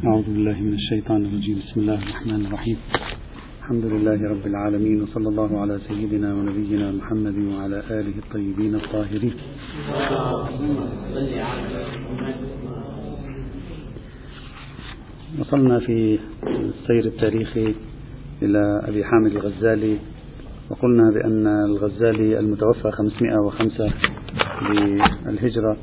أعوذ بالله من الشيطان الرجيم. بسم الله الرحمن الرحيم. الحمد لله رب العالمين، وصلى الله على سيدنا ونبينا محمد وعلى آله الطيبين الطاهرين. وصلنا في السير التاريخي إلى أبي حامد الغزالي، وقلنا بأن الغزالي المتوفى 505 للهجرة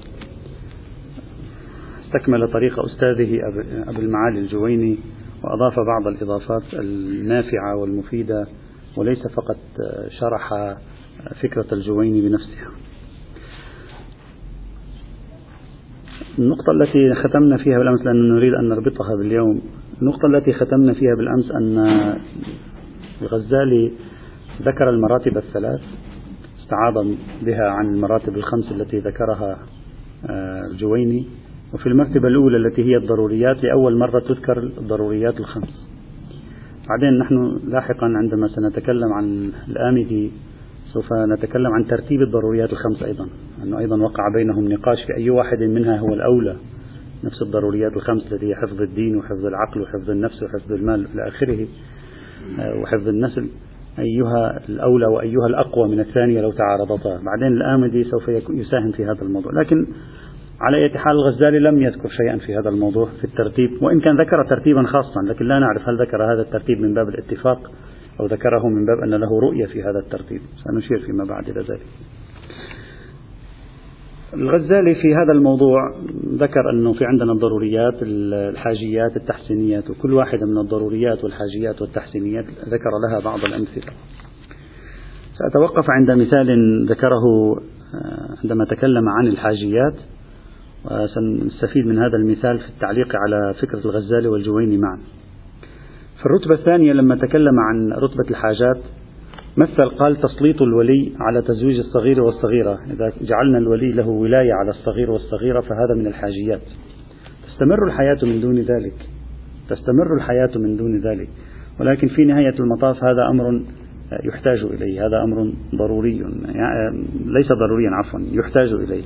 استكمل طريق أستاذه أبي المعالي الجويني، وأضاف بعض الإضافات النافعة والمفيدة، وليس فقط شرح فكرة الجويني بنفسها. النقطة التي ختمنا فيها بالأمس، لأننا نريد أن نربطها باليوم، النقطة التي ختمنا فيها بالأمس أن الغزالي ذكر المراتب الثلاث، استعاض بها عن المراتب الخمس التي ذكرها الجويني. وفي المرتبة الأولى التي هي الضروريات، لأول مرة تذكر الضروريات الخمس. بعدين نحن لاحقا عندما سنتكلم عن الآمدي سوف نتكلم عن ترتيب الضروريات الخمس أيضا، أنه أيضا وقع بينهم نقاش في أي واحد منها هو الأولى. نفس الضروريات الخمس التي هي حفظ الدين وحفظ العقل وحفظ النفس وحفظ المال إلى آخره، وحفظ النسل، أيها الأولى وأيها الأقوى من الثانية لو تعارضتا. بعدين الآمدي سوف يساهم في هذا الموضوع، لكن على أي حال الغزالي لم يذكر شيئا في هذا الموضوع في الترتيب، وإن كان ذكر ترتيبا خاصا، لكن لا نعرف هل ذكر هذا الترتيب من باب الاتفاق أو ذكره من باب أن له رؤية في هذا الترتيب. سنشير فيما بعد إلى ذلك. الغزالي في هذا الموضوع ذكر أنه في عندنا الضروريات، الحاجيات، التحسينيات، وكل واحدة من الضروريات والحاجيات والتحسينيات ذكر لها بعض الأمثلة. سأتوقف عند مثال ذكره عندما تكلم عن الحاجيات، وسنستفيد من هذا المثال في التعليق على فكرة الغزالي والجويني معا. في الرتبة الثانية لما تكلم عن رتبة الحاجات مثل، قال: تسليط الولي على تزويج الصغير والصغيرة، إذا جعلنا الولي له ولاية على الصغير والصغيرة فهذا من الحاجيات. تستمر الحياة من دون ذلك، ولكن في نهاية المطاف هذا أمر يحتاج إليه، هذا أمر ضروري، ليس ضروريا، يحتاج إليه.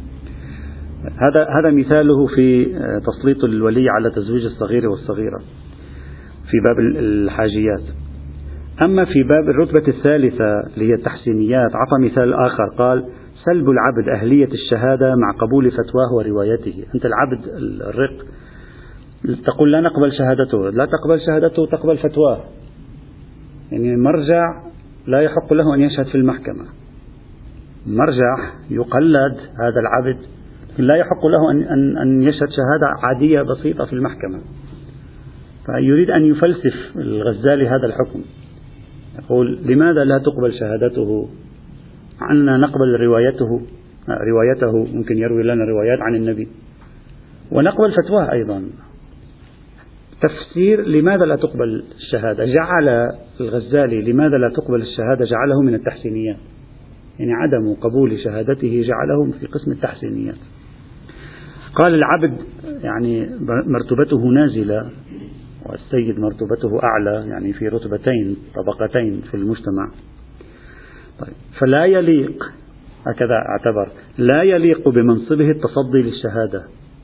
هذا مثاله في تسليط الولي على تزويج الصغير والصغيرة في باب الحاجيات. أما في باب الرتبة الثالثة اللي هي التحسينيات عطى مثال آخر، قال: سلب العبد أهلية الشهادة مع قبول فتواه وروايته. أنت العبد الرق تقول لا نقبل شهادته، لا تقبل شهادته، تقبل فتواه. يعني مرجع لا يحق له أن يشهد في المحكمة، مرجع يقلد هذا العبد، لا يحق له أن يشهد شهادة عادية بسيطة في المحكمة. فيريد أن يفلسف الغزالي هذا الحكم، يقول: لماذا لا تقبل شهادته؟ عنا نقبل روايته، ممكن يروي لنا روايات عن النبي، ونقبل فتواه أيضا. تفسير لماذا لا تقبل الشهادة، جعل الغزالي لماذا لا تقبل الشهادة جعله من التحسينيات، يعني عدم قبول شهادته جعله في قسم التحسينيات. قال: العبد يعني مرتبته نازلة، والسيد مرتبته أعلى، يعني في رتبتين، طبقتين في المجتمع. طيب، فلا يليق، هكذا اعتبر، لا يليق بمنصبه التصدي للشهادة،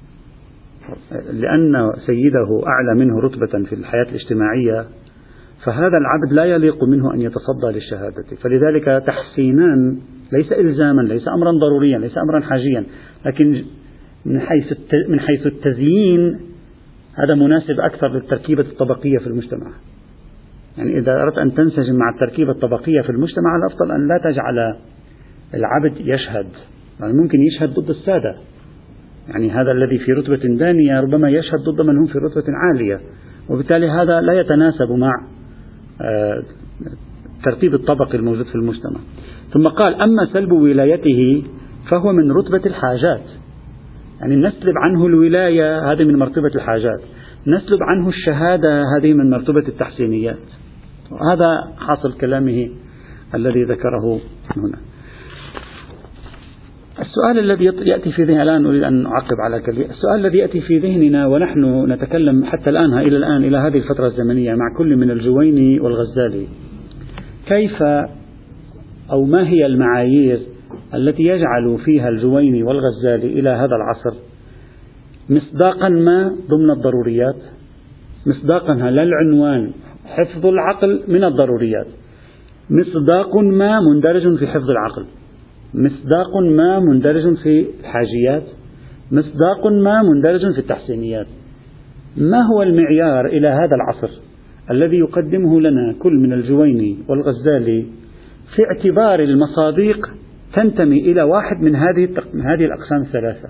لأن سيده أعلى منه رتبة في الحياة الاجتماعية، فهذا العبد لا يليق منه أن يتصدى للشهادة. فلذلك تحسينان، ليس إلزاما، ليس أمرا ضروريا، ليس أمرا حاجيا، لكن من حيث التزيين هذا مناسب أكثر للتركيبة الطبقية في المجتمع. يعني إذا أردت أن تنسجم مع التركيبة الطبقية في المجتمع، الأفضل أن لا تجعل العبد يشهد، يعني ممكن يشهد ضد السادة، يعني هذا الذي في رتبة دانية ربما يشهد ضد من هم في رتبة عالية، وبالتالي هذا لا يتناسب مع ترتيب الطبقي الموجود في المجتمع. ثم قال: أما سلب ولايته فهو من رتبة الحاجات، يعني نسلب عنه الولاية، هذه من مرتبة الحاجات، نسلب عنه الشهادة، هذه من مرتبة التحسينيات. وهذا حاصل كلامه الذي ذكره هنا. السؤال الذي يأتي في ذهننا الآن، أريد أن أعقب على كلمة، السؤال الذي يأتي في ذهننا ونحن نتكلم حتى الآن إلى هذه الفترة الزمنية مع كل من الجويني والغزالي، كيف أو ما هي المعايير التي يجعل فيها الجويني والغزالي إلى هذا العصر مصداقا ما ضمن الضروريات، مصداقا لا العنوان حفظ العقل من الضروريات، مصداق ما مندرج في حفظ العقل، مصداق ما مندرج في الحاجيات، مصداق ما مندرج في التحسينيات. ما هو المعيار إلى هذا العصر الذي يقدمه لنا كل من الجويني والغزالي في اعتبار المصادق تنتمي إلى واحد من هذه الأقسام الثلاثة؟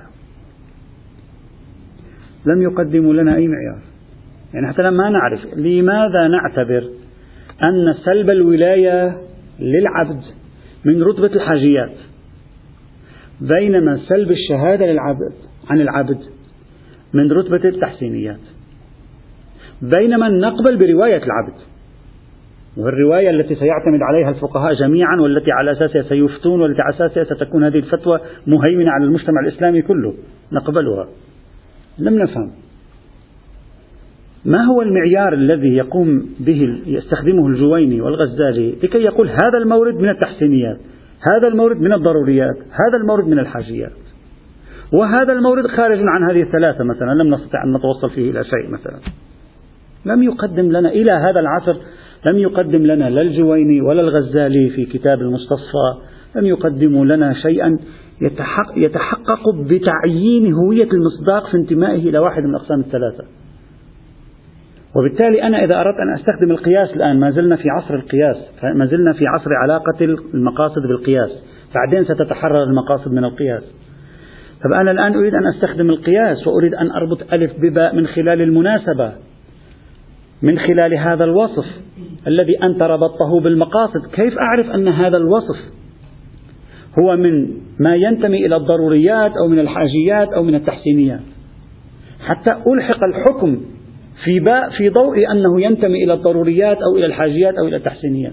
لم يقدموا لنا أي معيار. يعني حتى لما نعرف لماذا نعتبر أن سلب الولاية للعبد من رتبة الحاجيات، بينما سلب الشهادة للعبد عن العبد من رتبة التحسينيات، بينما نقبل برواية العبد، والرواية التي سيعتمد عليها الفقهاء جميعا، والتي على أساسها سيفتون، والتي على أساسها ستكون هذه الفتوى مهيمنة على المجتمع الإسلامي كله، نقبلها. لم نفهم ما هو المعيار الذي يقوم به يستخدمه الجويني والغزالي لكي يقول هذا المورد من التحسينيات، هذا المورد من الضروريات، هذا المورد من الحاجيات، وهذا المورد خارج عن هذه الثلاثة مثلا، لم نستطع أن نتوصل فيه إلى شيء مثلا. لم يقدم لنا إلى هذا العصر، لم يقدم لنا لا الجويني ولا الغزالي في كتاب المستصفى، لم يقدموا لنا شيئا يتحقق بتعيين هوية المصداق في انتمائه إلى واحد من الأقسام الثلاثة. وبالتالي أنا إذا أردت أن أستخدم القياس الآن، ما زلنا في عصر القياس، ما زلنا في عصر علاقة المقاصد بالقياس، بعدين ستتحرر المقاصد من القياس. طب أنا الآن أريد أن أستخدم القياس وأريد أن أربط ألف بباء من خلال المناسبة، من خلال هذا الوصف الذي أنت ربطته بالمقاصد. كيف أعرف أن هذا الوصف هو من ما ينتمي إلى الضروريات أو من الحاجيات أو من التحسينيات، حتى ألحق الحكم في باء في ضوء أنه ينتمي إلى الضروريات أو إلى الحاجيات أو إلى التحسينيات؟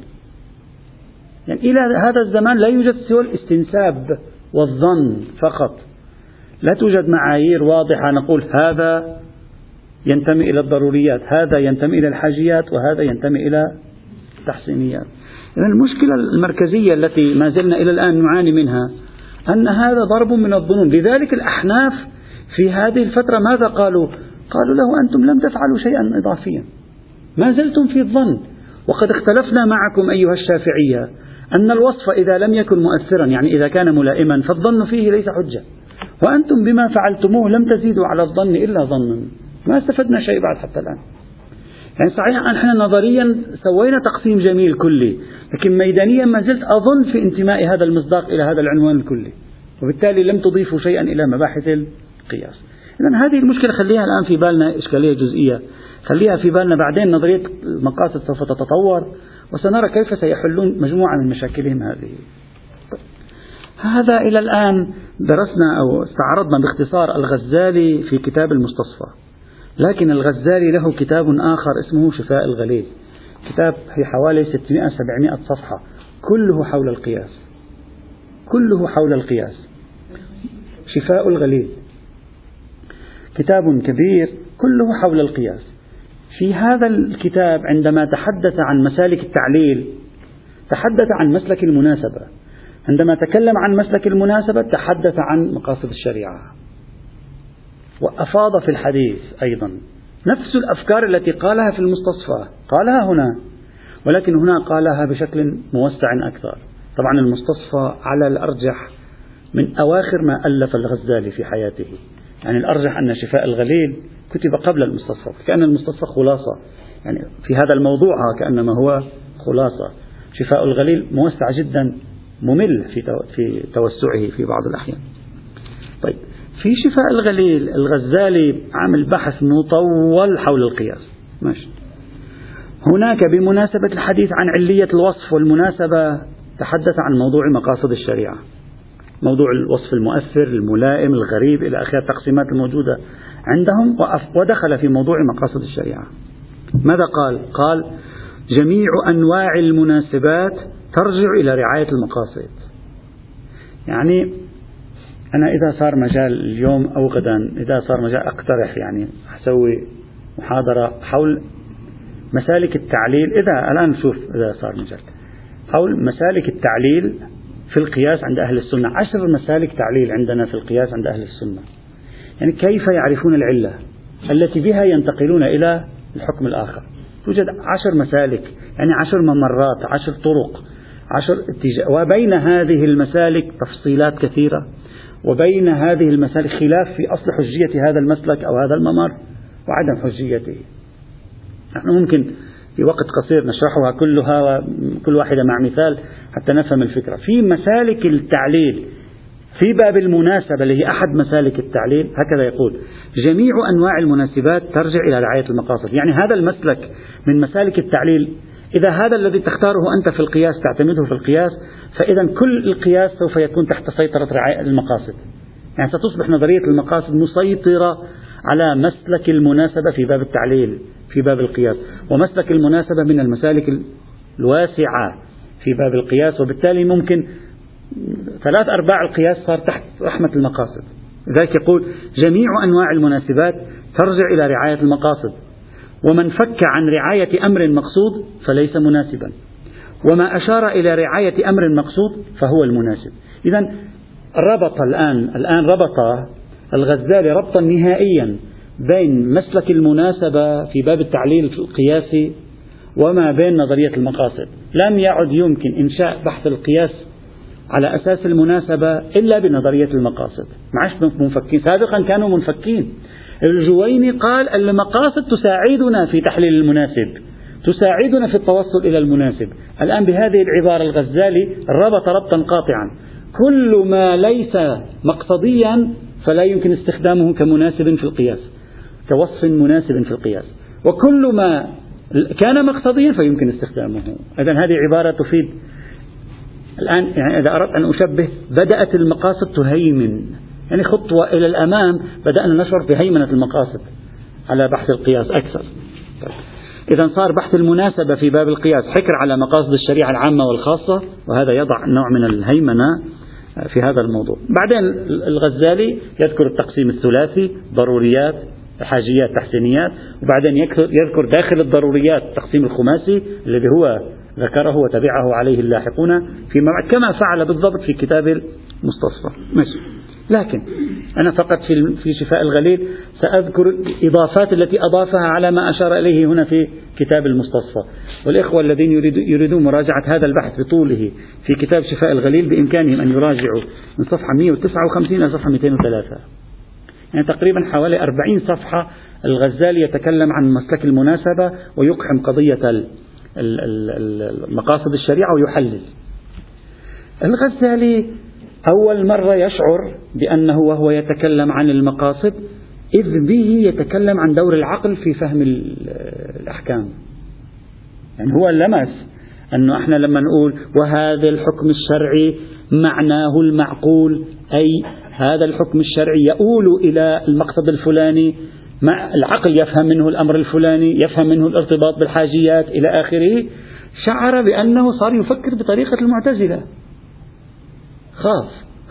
يعني إلى هذا الزمان لا يوجد سوى الاستنساب والظن فقط، لا توجد معايير واضحة نقول هذا ينتمي إلى الضروريات، هذا ينتمي إلى الحاجيات، وهذا ينتمي إلى التحسينيات. إذن المشكلة المركزية التي ما زلنا إلى الآن نعاني منها أن هذا ضرب من الظنون. لذلك الأحناف في هذه الفترة ماذا قالوا؟ قالوا له أنتم لم تفعلوا شيئا إضافيا، ما زلتم في الظن، وقد اختلفنا معكم أيها الشافعية أن الوصف إذا لم يكن مؤثرا، يعني إذا كان ملائما، فالظن فيه ليس حجة، وأنتم بما فعلتموه لم تزيدوا على الظن إلا ظنا، ما استفدنا شيء بعد حتى الآن. يعني صحيح نحن نظريا سوينا تقسيم جميل كلي، لكن ميدانيا ما زلت أظن في انتماء هذا المصداق إلى هذا العنوان الكلي، وبالتالي لم تضيفوا شيئا إلى مباحث القياس. إذن هذه المشكلة خليها الآن في بالنا، إشكالية جزئية خليها في بالنا، بعدين نظرية المقاصد سوف تتطور وسنرى كيف سيحلون مجموعة من مشاكلهم هذه. هذا إلى الآن درسنا أو استعرضنا باختصار الغزالي في كتاب المستصفى، لكن الغزالي له كتاب آخر اسمه شفاء الغليل، كتاب في حوالي 600-700 صفحة، كله حول القياس، كله حول القياس. شفاء الغليل كتاب كبير كله حول القياس. في هذا الكتاب عندما تحدث عن مسالك التعليل تحدث عن مسلك المناسبة، عندما تكلم عن مسلك المناسبة تحدث عن مقاصد الشريعة، وأفاض في الحديث أيضا نفس الأفكار التي قالها في المستصفى قالها هنا، ولكن هنا قالها بشكل موسع أكثر. طبعا المستصفى على الأرجح من أواخر ما ألف الغزالي في حياته، يعني الأرجح أن شفاء الغليل كتب قبل المستصفى، كأن المستصفى خلاصة، يعني في هذا الموضوع كأنما هو خلاصة. شفاء الغليل موسع جدا، ممل في توسعه في بعض الأحيان. طيب، في شفاء الغليل الغزالي عامل بحث مطول حول القياس، ماشي. هناك بمناسبة الحديث عن علية الوصف والمناسبة تحدث عن موضوع مقاصد الشريعة، موضوع الوصف المؤثر، الملائم، الغريب، إلى آخر التقسيمات الموجودة عندهم، ودخل في موضوع مقاصد الشريعة. ماذا قال؟ قال جميع أنواع المناسبات ترجع إلى رعاية المقاصد. يعني أنا إذا صار مجال اليوم أو غدا، إذا صار مجال أقترح، يعني أسوي محاضرة حول مسالك التعليل، إذا الآن نشوف إذا صار مجال حول مسالك التعليل في القياس عند أهل السنة، 10 مسالك تعليل عندنا في القياس عند أهل السنة. يعني كيف يعرفون العلة التي بها ينتقلون إلى الحكم الآخر؟ توجد 10 مسالك، يعني 10 ممرات، 10 طرق، 10 اتجاه، وبين هذه المسالك تفصيلات كثيرة، وبين هذه المسالك خلاف في أصل حجية هذا المسلك أو هذا الممر وعدم حجيته. نحن ممكن في وقت قصير نشرحها كلها وكل واحدة مع مثال حتى نفهم الفكرة. في مسالك التعليل في باب المناسبة اللي هي أحد مسالك التعليل هكذا يقول: جميع أنواع المناسبات ترجع إلى رعاية المقاصد. يعني هذا المسلك من مسالك التعليل، إذا هذا الذي تختاره أنت في القياس تعتمده في القياس، فإذا كل القياس سوف يكون تحت سيطرة رعاية المقاصد. يعني ستصبح نظرية المقاصد مسيطرة على مسلك المناسبة في باب التعليل في باب القياس، ومسلك المناسبة من المسالك الواسعة في باب القياس، وبالتالي ممكن 3/4 القياس صار تحت رحمة المقاصد. لذلك يقول: جميع أنواع المناسبات ترجع إلى رعاية المقاصد، ومن فك عن رعاية أمر مقصود فليس مناسبا، وما أشار إلى رعاية أمر مقصود فهو المناسب. إذن ربط الآن ربط الغزالي ربطا نهائيا بين مسلك المناسبة في باب التعليل القياسي وما بين نظرية المقاصد. لم يعد يمكن إنشاء بحث القياس على أساس المناسبة إلا بنظرية المقاصد. معش منفكين، سابقا كانوا منفكين. الجويني قال: المقاصد تساعدنا في تحليل المناسب، تساعدنا في التوصل إلى المناسب. الآن بهذه العبارة الغزالي ربط ربطا قاطعا: كل ما ليس مقصديا فلا يمكن استخدامه كمناسب في القياس، كوصف مناسب في القياس، وكل ما كان مقصديا فيمكن استخدامه. إذن هذه عبارة تفيد الآن، يعني إذا أردت أن أشبه، بدأت المقاصد تهيمن، يعني خطوة إلى الأمام بدأنا نشعر بهيمنة المقاصد على بحث القياس أكثر. إذا صار بحث المناسبة في باب القياس حكر على مقاصد الشريعة العامة والخاصة، وهذا يضع نوع من الهيمنة في هذا الموضوع. بعدين الغزالي يذكر التقسيم الثلاثي: ضروريات، حاجيات، تحسينيات. وبعدين يذكر داخل الضروريات التقسيم الخماسي الذي هو ذكره وتبعه عليه اللاحقون فيما بعد، كما فعل بالضبط في كتاب المستصفى. ماشي. لكن أنا فقط في شفاء الغليل سأذكر الإضافات التي أضافها على ما أشار إليه هنا في كتاب المستصفى. والإخوة الذين يريدون مراجعة هذا البحث بطوله في كتاب شفاء الغليل بإمكانهم أن يراجعوا من صفحة 159 إلى صفحة 203، يعني تقريبا حوالي 40 صفحة. الغزالي يتكلم عن مسلك المناسبة ويقحم قضية مقاصد الشريعة ويحلل. الغزالي أول مرة يشعر بأنه وهو يتكلم عن المقاصد إذ به يتكلم عن دور العقل في فهم الأحكام. يعني هو لمس أنه إحنا لما نقول وهذا الحكم الشرعي معناه المعقول، أي هذا الحكم الشرعي يؤول إلى المقصد الفلاني، العقل يفهم منه الأمر الفلاني، يفهم منه الارتباط بالحاجيات إلى آخره. شعر بأنه صار يفكر بطريقة المعتزلة. خاف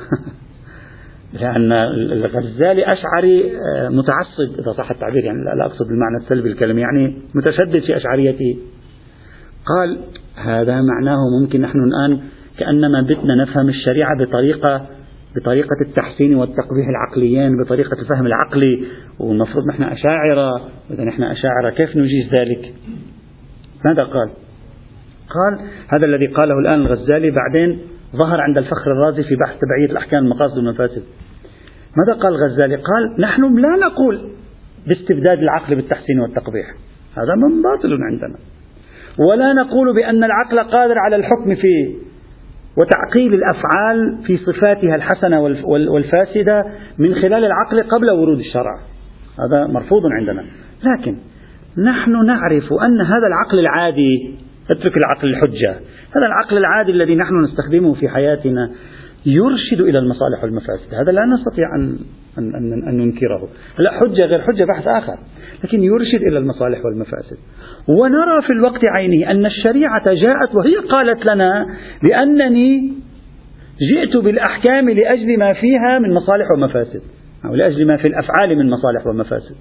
لأن الغزالي أشعري متعصب إذا صح التعبير، يعني لا أقصد بالمعنى السلبي الكلمة، يعني متشدد في أشعريته. قال هذا معناه ممكن نحن الآن كأنما بدنا نفهم الشريعة بطريقة التحسين والتقبيح العقليين، بطريقة الفهم العقلي، والمفروض نحن أشاعرة. إذا نحن أشاعرة كيف نجيز ذلك؟ ماذا قال؟ قال هذا الذي قاله الآن الغزالي بعدين ظهر عند الفخر الرازي في بحث تبعية الأحكام المقاصد والمفاسد. ماذا قال الغزالي؟ قال نحن لا نقول باستبداد العقل بالتحسين والتقبيح، هذا من باطل عندنا، ولا نقول بأن العقل قادر على الحكم في وتعقيل الأفعال في صفاتها الحسنة والفاسدة من خلال العقل قبل ورود الشرع، هذا مرفوض عندنا. لكن نحن نعرف أن هذا العقل العادي، اترك العقل الحجة، هذا العقل العادي الذي نحن نستخدمه في حياتنا يرشد إلى المصالح والمفاسد، هذا لا نستطيع أن ننكره. لا حجة غير حجة بحث آخر، لكن يرشد إلى المصالح والمفاسد. ونرى في الوقت عينه أن الشريعة جاءت وهي قالت لنا بأنني جئت بالأحكام لأجل ما فيها من مصالح ومفاسد، أو لأجل ما في الأفعال من مصالح ومفاسد.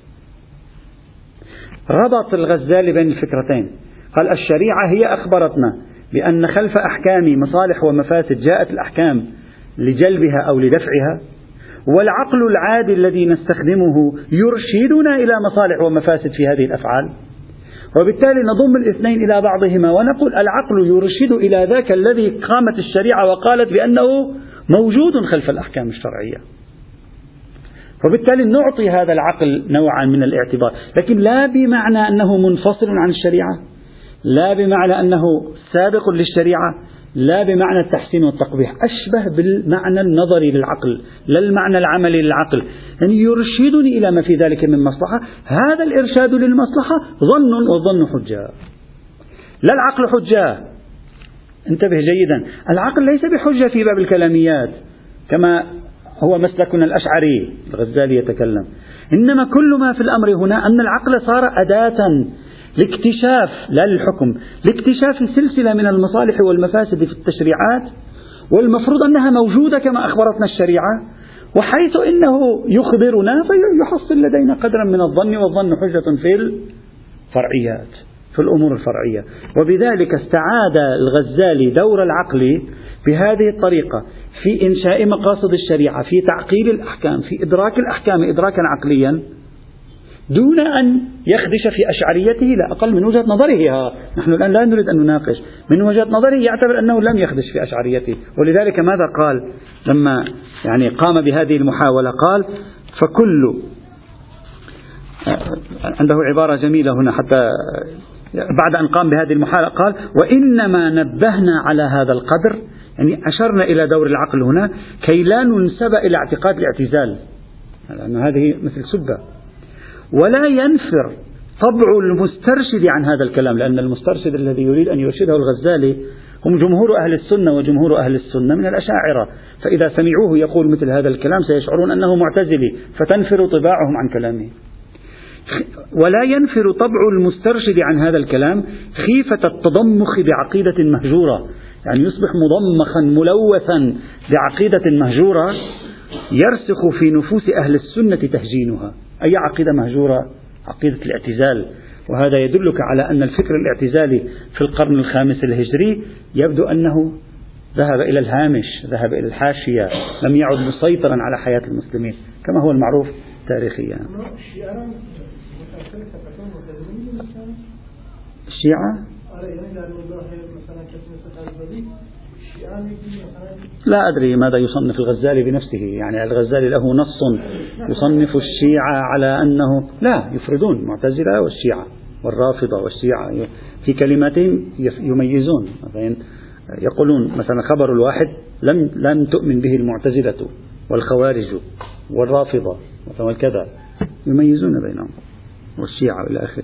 ربط الغزالي بين الفكرتين، قال الشريعة هي أخبرتنا بأن خلف أحكام مصالح ومفاسد جاءت الأحكام لجلبها أو لدفعها، والعقل العادي الذي نستخدمه يرشدنا إلى مصالح ومفاسد في هذه الأفعال، وبالتالي نضم الاثنين إلى بعضهما ونقول العقل يرشد إلى ذاك الذي قامت الشريعة وقالت بأنه موجود خلف الأحكام الشرعية، وبالتالي نعطي هذا العقل نوعا من الاعتبار، لكن لا بمعنى أنه منفصل عن الشريعة، لا بمعنى أنه سابق للشريعة، لا بمعنى التحسين والتقبيح، أشبه بالمعنى النظري للعقل لا المعنى العملي للعقل، يعني يرشدني إلى ما في ذلك من مصلحة. هذا الإرشاد للمصلحة ظن، والظن حجة، لا العقل حجة. انتبه جيدا، العقل ليس بحجة في باب الكلاميات كما هو مسلكنا الأشعري الغزالي يتكلم، إنما كل ما في الأمر هنا أن العقل صار أداة لاكتشاف لا للحكم، لاكتشاف سلسلة من المصالح والمفاسد في التشريعات، والمفروض أنها موجودة كما أخبرتنا الشريعة، وحيث إنه يخبرنا فيحصل لدينا قدرا من الظن، والظن حجة في الفرعيات، في الأمور الفرعية. وبذلك استعاد الغزالي دور العقل بهذه الطريقة في إنشاء مقاصد الشريعة، في تعقيل الأحكام، في إدراك الأحكام إدراكا عقليا، دون أن يخدش في أشعريته لا أقل من وجهة نظره. نحن الآن لا نريد أن نناقش، من وجهة نظره يعتبر أنه لم يخدش في أشعريته، ولذلك ماذا قال لما قام بهذه المحاولة؟ قال فكل، عنده عبارة جميلة هنا حتى بعد أن قام بهذه المحاولة قال وإنما نبهنا على هذا القدر، يعني أشرنا إلى دور العقل هنا كي لا ننسب إلى اعتقاد الاعتزال، لأن هذه مثل سبة، ولا ينفر طبع المسترشد عن هذا الكلام، لأن المسترشد الذي يريد أن يرشده الغزالي هم جمهور أهل السنة، وجمهور أهل السنة من الأشاعرة، فإذا سمعوه يقول مثل هذا الكلام سيشعرون أنه معتزلي، فتنفر طباعهم عن كلامه. ولا ينفر طبع المسترشد عن هذا الكلام خيفة التضمخ بعقيدة مهجورة، يعني يصبح مضمخا ملوثا بعقيدة مهجورة يرسخ في نفوس أهل السنة تهجينها. أي عقيدة مهجورة؟ عقيدة الاعتزال، وهذا يدلك على أن الفكر الاعتزالي في القرن الخامس الهجري يبدو أنه ذهب إلى الهامش، ذهب إلى الحاشية، لم يعد مسيطرا على حياة المسلمين كما هو المعروف تاريخيا. الشيعة لا أدري ماذا يصنف الغزالي بنفسه، يعني الغزالي له نص يصنف الشيعة على أنه لا يفردون معتزلة والشيعة والرافضة والشيعة في كلماتهم يميزون، مثلا يقولون مثلا خبر الواحد لم تؤمن به المعتزلة والخوارج والرافضة مثلا والكذا، يميزون بينهم والشيعة إلى آخره.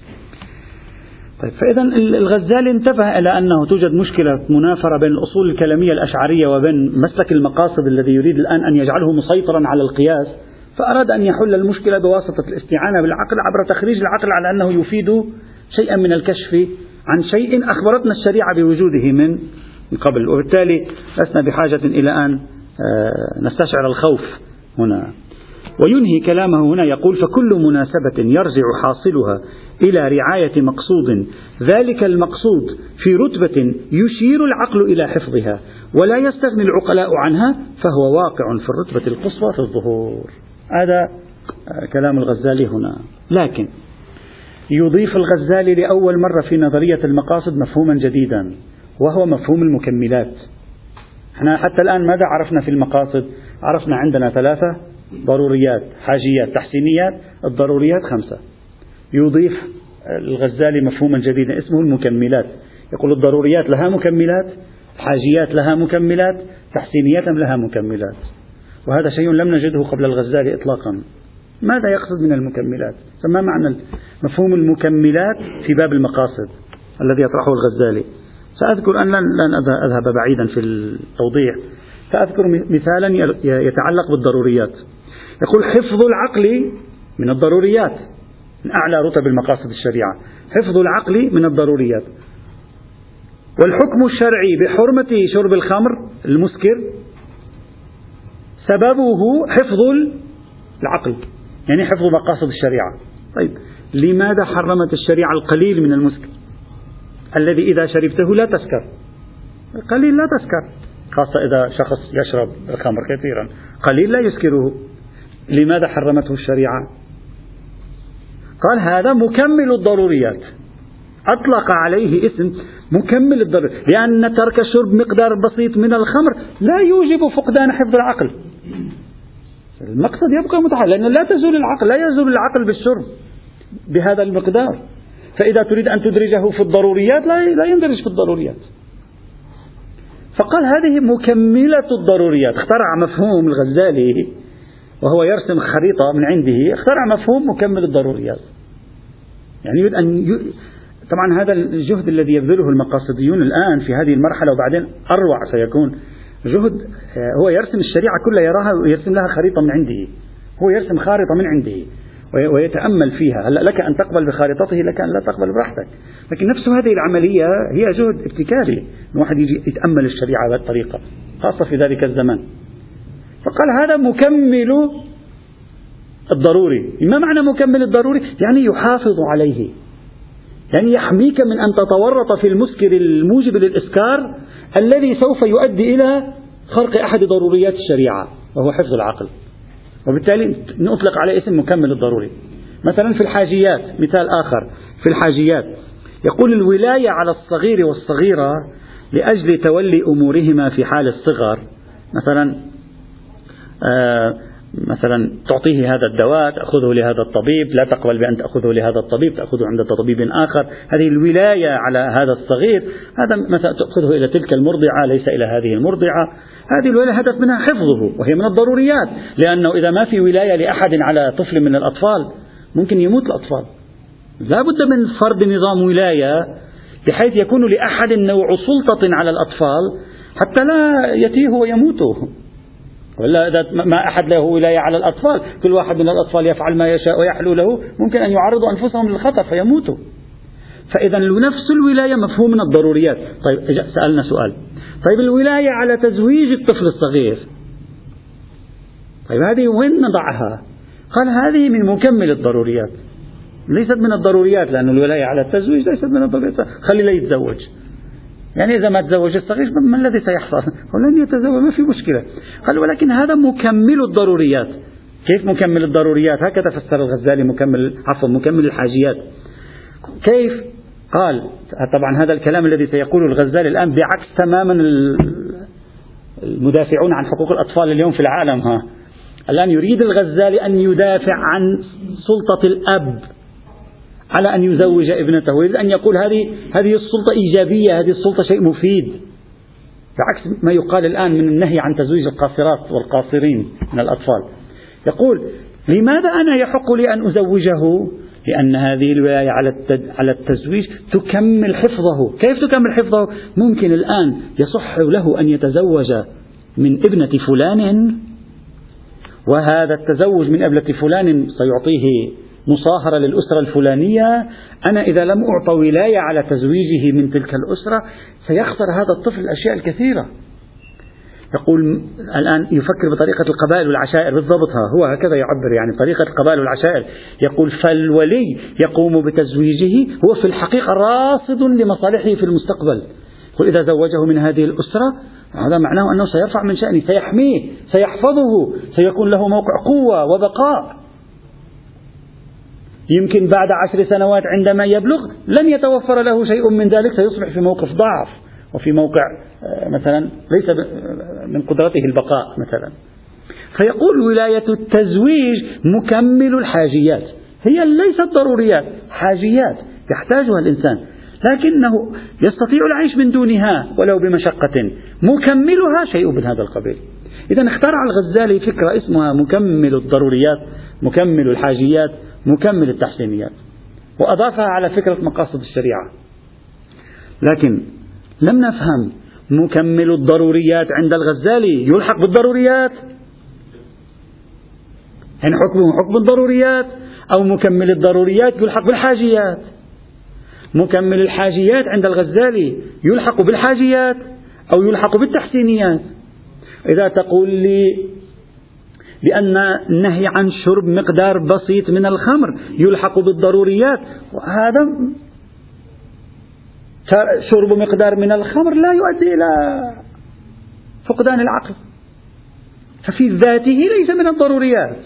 طيب، فإذا الغزالي انتبه إلى أنه توجد مشكلة منافرة بين الأصول الكلامية الأشعرية وبين مسلك المقاصد الذي يريد الآن أن يجعله مسيطرا على القياس، فأراد أن يحل المشكلة بواسطة الاستعانة بالعقل عبر تخريج العقل على أنه يفيد شيئا من الكشف عن شيء أخبرتنا الشريعة بوجوده من قبل، وبالتالي لسنا بحاجة إلى أن نستشعر الخوف هنا. وينهي كلامه هنا يقول فكل مناسبة يرجع حاصلها إلى رعاية مقصود، ذلك المقصود في رتبة يشير العقل إلى حفظها ولا يستغني العقلاء عنها، فهو واقع في الرتبة القصوى في الظهور. هذا كلام الغزالي هنا. لكن يضيف الغزالي لأول مرة في نظرية المقاصد مفهوما جديدا، وهو مفهوم المكملات. احنا حتى الآن ماذا عرفنا في المقاصد؟ عرفنا عندنا 3 ضروريات، حاجيات، تحسينيات، الضروريات 5. يضيف الغزالي مفهوما جديدا اسمه المكملات، يقول الضروريات لها مكملات، الحاجيات لها مكملات، تحسينيات لها مكملات، وهذا شيء لم نجده قبل الغزالي إطلاقا. ماذا يقصد من المكملات؟ ما معنى مفهوم المكملات في باب المقاصد الذي يطرحه الغزالي؟ سأذكر أن لن أذهب بعيدا في التوضيح، سأذكر مثالا يتعلق بالضروريات. يقول حفظ العقل من الضروريات، من أعلى رتب المقاصد الشريعة، حفظ العقل من الضروريات. والحكم الشرعي بحرمة شرب الخمر المسكر سببه حفظ العقل، يعني حفظ مقاصد الشريعة. طيب، لماذا حرمت الشريعة القليل من المسكر الذي إذا شربته لا تسكر؟ القليل لا تسكر، خاصة إذا شخص يشرب الخمر كثيرا، قليل لا يسكره. لماذا حرمته الشريعة؟ قال هذا مكمل الضروريات، أطلق عليه اسم مكمل الضروريات، لأن ترك شرب مقدار بسيط من الخمر لا يوجب فقدان حفظ العقل. المقصد يبقى متحرك، لأنه لا يزول العقل بالشرب بهذا المقدار. فإذا تريد أن تدرجه في الضروريات لا يندرج في الضروريات. فقال هذه مكملة الضروريات. اخترع مفهوم الغزالي وهو يرسم خريطة من عنده، اخترع مفهوم مكمل الضروريات. يعني يريد أن طبعا هذا الجهد الذي يبذله المقاصديون الآن في هذه المرحلة وبعدين أروع سيكون جهد، هو يرسم الشريعة كلها يراها ويرسم لها خريطة من عنده. هو يرسم خارطة من عنده ويتأمل فيها. هلا لك أن تقبل بخارطته، لك أن لا تقبل براحتك، لكن نفس هذه العملية هي جهد ابتكاري، الواحد يجي يتأمل الشريعة بهذه الطريقة خاصة في ذلك الزمان. فقال هذا مكمل الضروري. ما معنى مكمل الضروري؟ يعني يحافظ عليه، يعني يحميك من أن تتورط في المسكر الموجب للإسكار الذي سوف يؤدي إلى خرق أحد ضروريات الشريعة وهو حفظ العقل، وبالتالي نطلق عليه اسم مكمل الضروري. مثلا في الحاجيات، مثال آخر في الحاجيات يقول الولاية على الصغير والصغيرة لأجل تولي أمورهما في حال الصغر. مثلا تعطيه هذا الدواء، تأخذه لهذا الطبيب، لا تقبل بأن تأخذه لهذا الطبيب، تأخذه عند طبيب آخر. هذه الولاية على هذا الصغير، هذا مثلا تأخذه إلى تلك المرضعة ليس إلى هذه المرضعة. هذه الولاية هدف منها حفظه، وهي من الضروريات، لأنه إذا ما في ولاية لأحد على طفل من الأطفال ممكن يموت الأطفال. لا بد من فرض نظام ولاية بحيث يكون لأحد نوع سلطة على الأطفال حتى لا يتيهوا ويموتوا. ولا إذا ما أحد له ولاية على الأطفال، كل واحد من الأطفال يفعل ما يشاء ويحلو له، ممكن أن يعرضوا أنفسهم للخطر فيموتوا. فإذا نفس الولاية مفهوم من الضروريات. طيب سألنا سؤال، طيب الولاية على تزويج الطفل الصغير، طيب هذه وين نضعها؟ قال هذه من مكمل الضروريات، ليست من الضروريات، لأن الولاية على التزويج ليست من الضروريات. خلي لا يتزوج، يعني إذا ما تزوج الصغير ما الذي سيحصل؟ ولن يتزوج، ما في مشكلة. قال ولكن هذا مكمل الضروريات. كيف مكمل الضروريات؟ هكذا فسر الغزالي مكمل الحاجيات. كيف؟ قال طبعا هذا الكلام الذي سيقوله الغزالي الآن بعكس تماما المدافعون عن حقوق الأطفال اليوم في العالم. الآن يريد الغزالي أن يدافع عن سلطة الأب على أن يزوج ابنته، ويريد أن يقول هذه السلطة إيجابية، هذه السلطة شيء مفيد، بعكس ما يقال الآن من النهي عن تزويج القاصرات والقاصرين من الأطفال. يقول لماذا أنا يحق لي أن أزوجه؟ لأن هذه الولاية على التزويج تكمل حفظه. كيف تكمل حفظه؟ ممكن الآن يصح له أن يتزوج من ابنة فلان، وهذا التزوج من ابنة فلان سيعطيه مصاهرة للأسرة الفلانية. أنا إذا لم أعطى ولاية على تزويجه من تلك الأسرة سيخسر هذا الطفل الأشياء الكثيرة. يقول الآن يفكر بطريقة القبائل والعشائر بالضبط، هو هكذا يعبر، يعني طريقة القبائل والعشائر. يقول فالولي يقوم بتزويجه هو في الحقيقة راصد لمصالحه في المستقبل. يقول إذا زوجه من هذه الأسرة هذا معناه أنه سيرفع من شأنه، سيحميه، سيحفظه، سيكون له موقع قوة وبقاء. يمكن بعد 10 سنوات عندما يبلغ لن يتوفر له شيء من ذلك، سيصبح في موقف ضعف وفي موقع مثلا ليس من قدرته البقاء مثلا. فيقول ولاية التزويج مكمل الحاجيات، هي ليست ضروريات، حاجيات يحتاجها الإنسان لكنه يستطيع العيش من دونها ولو بمشقة، مكملها شيء من هذا القبيل. إذا اخترع الغزالي فكرة اسمها مكمل الضروريات، مكمل الحاجيات، مكمل التحسينيات، وأضافها على فكرة مقاصد الشريعة. لكن لم نفهم مكمل الضروريات عند الغزالي يلحق بالضروريات، يعني حكمه حكم الضروريات، أو مكمل الضروريات يلحق بالحاجيات. مكمل الحاجيات عند الغزالي يلحق بالحاجيات أو يلحق بالتحسينيات. إذا تقول لي بأن النهي عن شرب مقدار بسيط من الخمر يلحق بالضروريات، وهذا شرب مقدار من الخمر لا يؤدي إلى فقدان العقل، ففي ذاته ليس من الضروريات.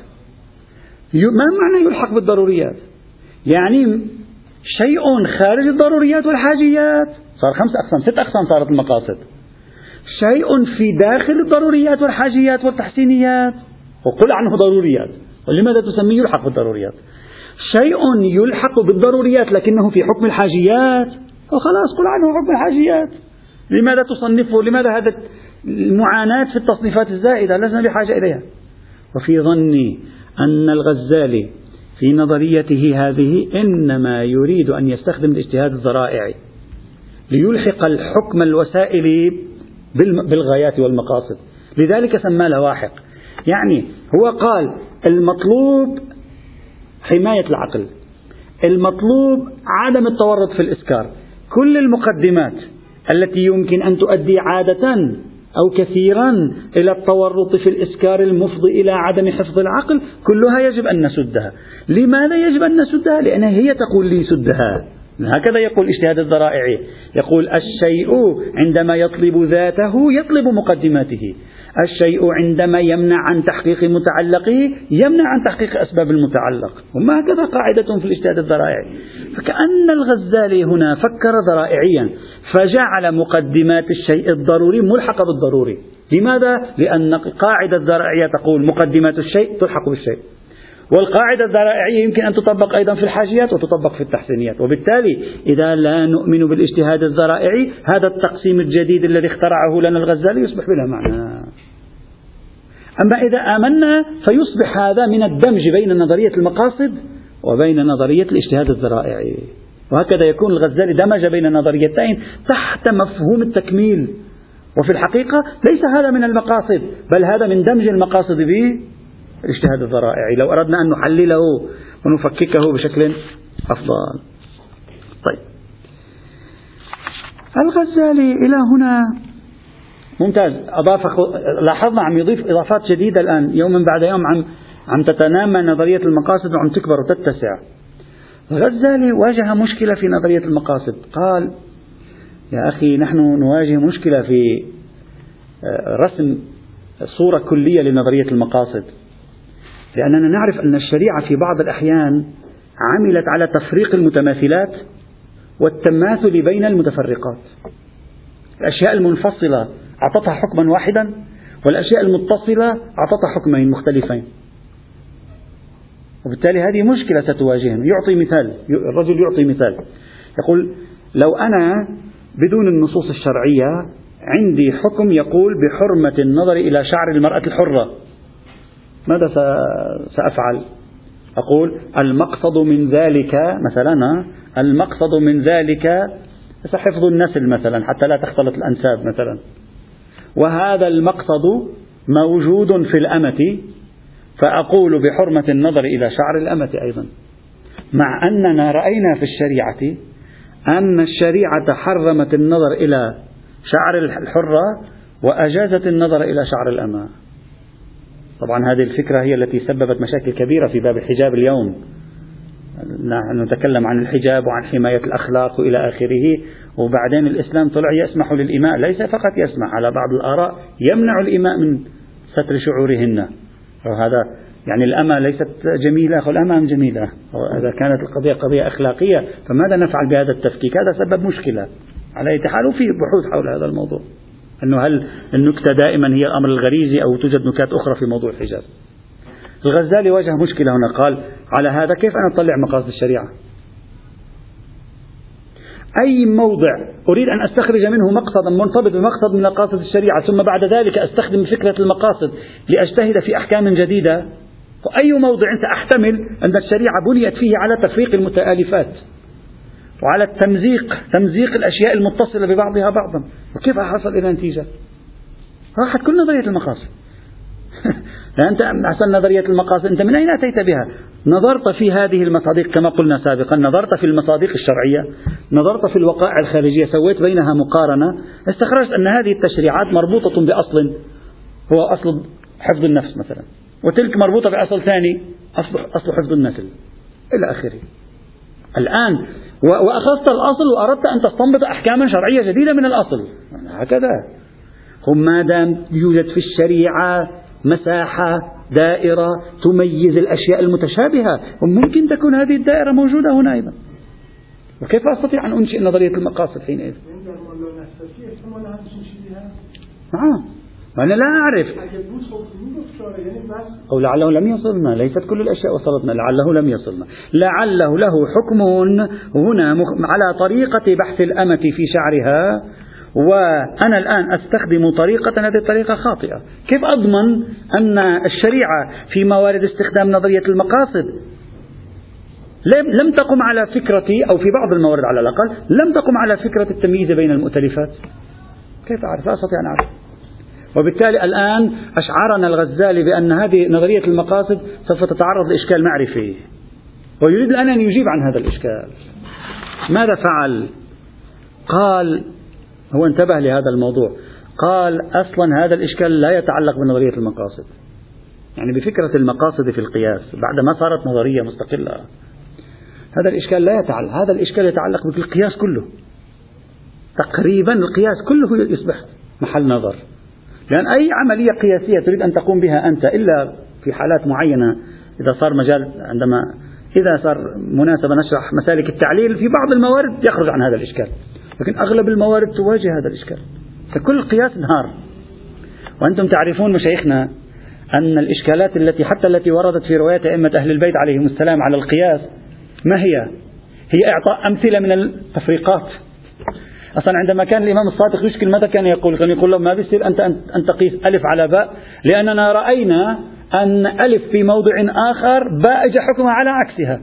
ما معنى يلحق بالضروريات؟ يعني شيء خارج الضروريات والحاجيات، صار 5 أقسام 6 أقسام صارت المقاصد. شيء في داخل الضروريات والحاجيات والتحسينيات وقل عنه ضروريات، ولماذا تسميه يلحق بالضروريات؟ شيء يلحق بالضروريات لكنه في حكم الحاجيات، وخلاص قل عنه حكم الحاجيات. لماذا تصنفه؟ لماذا هذا المعاناة في التصنيفات الزائدة؟ لسنا بحاجة إليها. وفي ظني أن الغزالي في نظريته هذه إنما يريد أن يستخدم الاجتهاد الذرائعي ليلحق الحكم الوسائل بالغايات والمقاصد، لذلك سماه لواحق. يعني هو قال المطلوب حماية العقل، المطلوب عدم التورط في الإسكار، كل المقدمات التي يمكن أن تؤدي عادة أو كثيرا إلى التورط في الإسكار المفضي إلى عدم حفظ العقل كلها يجب أن نسدها. لماذا يجب أن نسدها؟ لأنها هي تقول لي سدها. هكذا يقول الاجتهاد الذرائعي، يقول الشيء عندما يطلب ذاته يطلب مقدماته، الشيء عندما يمنع عن تحقيق متعلقه يمنع عن تحقيق أسباب المتعلق. وما هكذا قاعدة في الاجتهاد الذرائعي. فكأن الغزالي هنا فكر ذرائعيا فجعل مقدمات الشيء الضروري ملحقة بالضروري. لماذا؟ لأن القاعدة الذرائعية تقول مقدمات الشيء تلحق بالشيء، والقاعدة الذرائعية يمكن أن تطبق أيضا في الحاجيات وتطبق في التحسينيات. وبالتالي إذا لا نؤمن بالاجتهاد الذرائعي هذا التقسيم الجديد الذي اخترعه لنا الغزالي يصبح بلا معنى. أما إذا آمنا فيصبح هذا من الدمج بين نظرية المقاصد وبين نظرية الاجتهاد الذرائعي. وهكذا يكون الغزالي دمج بين نظريتين تحت مفهوم التكميل. وفي الحقيقة ليس هذا من المقاصد، بل هذا من دمج المقاصد بالاجتهاد الذرائعي لو أردنا أن نحلله ونفككه بشكل أفضل. طيب، الغزالي إلى هنا ممتاز، لاحظنا عم يضيف إضافات جديدة الآن يوما بعد يوم، عم تتنامى نظرية المقاصد وعم تكبر وتتسع. الغزالي واجه مشكلة في نظرية المقاصد، قال يا أخي نحن نواجه مشكلة في رسم صورة كلية لنظرية المقاصد، لأننا نعرف أن الشريعة في بعض الأحيان عملت على تفريق المتماثلات والتماثل بين المتفرقات. الأشياء المنفصلة أعطتها حكما واحدا، والأشياء المتصلة أعطتها حكمين مختلفين. وبالتالي هذه مشكلة ستواجهنا. يعطي مثال، الرجل يعطي مثال، يقول لو أنا بدون النصوص الشرعية عندي حكم يقول بحرمة النظر إلى شعر المرأة الحرة، ماذا سأفعل؟ أقول المقصد من ذلك مثلا، المقصد من ذلك حفظ النسل مثلا حتى لا تختلط الأنساب مثلا، وهذا المقصد موجود في الأمة، فأقول بحرمة النظر إلى شعر الأمة أيضا، مع أننا رأينا في الشريعة أن الشريعة حرمت النظر إلى شعر الحرة وأجازت النظر إلى شعر الأمة. طبعا هذه الفكرة هي التي سببت مشاكل كبيرة في باب الحجاب اليوم. نحن نتكلم عن الحجاب وعن حماية الأخلاق وإلى آخره، وبعدين الإسلام طلع يسمح للإماء، ليس فقط يسمح، على بعض الآراء يمنع الإماء من ستر شعورهن. وهذا يعني الأمة ليست جميلة، الأمة جميلة. إذا كانت القضية قضية أخلاقية فماذا نفعل بهذا التفكيك؟ هذا سبب مشكلة على أي حال. وفي بحوث حول هذا الموضوع، أنه هل النكتة دائما هي الأمر الغريزي أو توجد نكات أخرى في موضوع الحجاب. الغزالي واجه مشكلة هنا، قال على هذا كيف أنا أطلع مقاصد الشريعة؟ أي موضع أريد أن أستخرج منه مقصدا مرتبط بمقصد من مقاصد الشريعة ثم بعد ذلك أستخدم فكرة المقاصد لأجتهد في أحكام جديدة، فأي موضع سأحتمل أن الشريعة بنيت فيه على تفريق المتآلفات وعلى تمزيق الأشياء المتصلة ببعضها بعضا، وكيف أحصل إلى نتيجة؟ راحت كل نظرية المقاصد. أنت أحسن نظرية المقاصد أنت من أين أتيت بها؟ نظرت في هذه المصادق كما قلنا سابقا، نظرت في المصادق الشرعية، نظرت في الوقائع الخارجية، سويت بينها مقارنة، استخرجت أن هذه التشريعات مربوطة بأصل هو أصل حفظ النفس مثلا، وتلك مربوطة بأصل ثاني أصل حفظ النسل إلى آخره. الآن وأخذت الأصل وأردت أن تستنبط أحكاما شرعية جديدة من الأصل، هكذا. هم ما دام يوجد في الشريعة مساحة دائرة تميز الأشياء المتشابهة، وممكن تكون هذه الدائرة موجودة هنا أيضا. وكيف أستطيع أن أنشئ نظرية المقاصد حينئذ؟ أنا لا أعرف، أو لعله لم يصلنا، ليست كل الأشياء وصلتنا، لعله لم يصلنا، لعله له حكم هنا على طريقة بحث الأمة في شعرها، وأنا الآن أستخدم طريقة، هذه الطريقة خاطئة. كيف أضمن أن الشريعة في موارد استخدام نظرية المقاصد لم تقم على فكرتي، أو في بعض الموارد على الأقل لم تقم على فكرة التمييز بين المؤتلفات؟ كيف أعرف؟ لا أستطيع أن أعرف. وبالتالي الآن أشعرنا الغزالي بأن هذه نظرية المقاصد سوف تتعرض لإشكال معرفي، ويريد الآن أن يجيب عن هذا الإشكال. ماذا فعل؟ قال، هو انتبه لهذا الموضوع، قال أصلا هذا الإشكال لا يتعلق بنظرية المقاصد، يعني بفكرة المقاصد في القياس بعدما صارت نظرية مستقلة. هذا الإشكال لا يتعلق، هذا الإشكال يتعلق بالقياس كله، تقريبا القياس كله يصبح محل نظر، لأن أي عملية قياسية تريد أن تقوم بها أنت إلا في حالات معينة، إذا صار مجال، إذا صار مناسبة نشرح مسالك التعليل في بعض الموارد يخرج عن هذا الإشكال، لكن أغلب الموارد تواجه هذا الإشكال، فكل قياس نهار. وأنتم تعرفون مشايخنا أن الإشكالات التي وردت في روايات أئمة أهل البيت عليهم السلام على القياس ما هي إعطاء أمثلة من التفريقات. أصلا عندما كان الإمام الصادق يشكل ماذا كان يقول؟ كان يقول له ما بيصير أن تقيس ألف على باء، لأننا رأينا أن ألف في موضع آخر باء جاء حكمها على عكسها.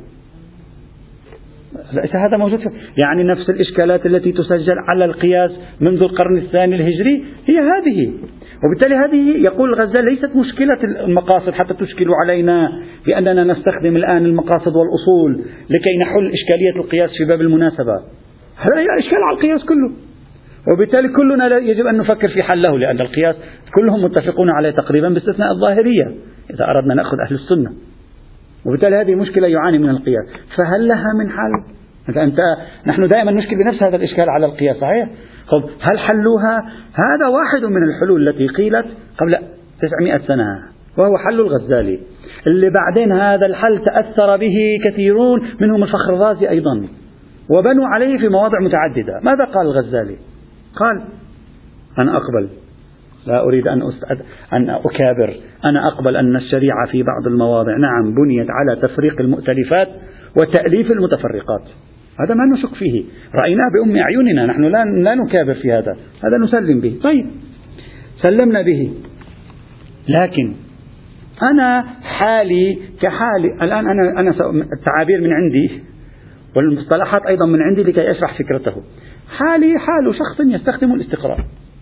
ليس هذا موجود يعني نفس الإشكالات التي تسجل على القياس منذ القرن الثاني الهجري هي هذه. وبالتالي هذه يقول الغزالي ليست مشكلة المقاصد حتى تشكل علينا بأننا نستخدم الآن المقاصد والأصول لكي نحل إشكالية القياس في باب المناسبة. هذا هي إشكال على القياس كله، وبالتالي كلنا يجب أن نفكر في حله، لأن القياس كلهم متفقون عليه تقريبا باستثناء الظاهرية إذا أردنا نأخذ أهل السنة. وبالتالي هذه مشكلة يعاني من القياس، فهل لها من حل؟ نحن دائما نشكل بنفس هذا الإشكال على القياس، صحيح؟ هل حلوها؟ هذا واحد من الحلول التي قيلت قبل 900 سنة، وهو حل الغزالي، اللي بعدين هذا الحل تأثر به كثيرون منهم الفخر الرازي أيضا، وبنوا عليه في مواضع متعددة. ماذا قال الغزالي؟ قال أنا أقبل، لا أريد أن أكابر، أنا أقبل أن الشريعة في بعض المواضع نعم بنيت على تفريق المؤتلفات وتأليف المتفرقات، هذا ما نشك فيه، رأيناه بأم أعيننا، نحن لا نكابر في هذا نسلم به. طيب سلمنا به، لكن أنا حالي كحالي الآن، أنا التعابير من عندي والمصطلحات أيضا من عندي لكي أشرح فكرته. حالي حال شخص يستخدم الاستقراء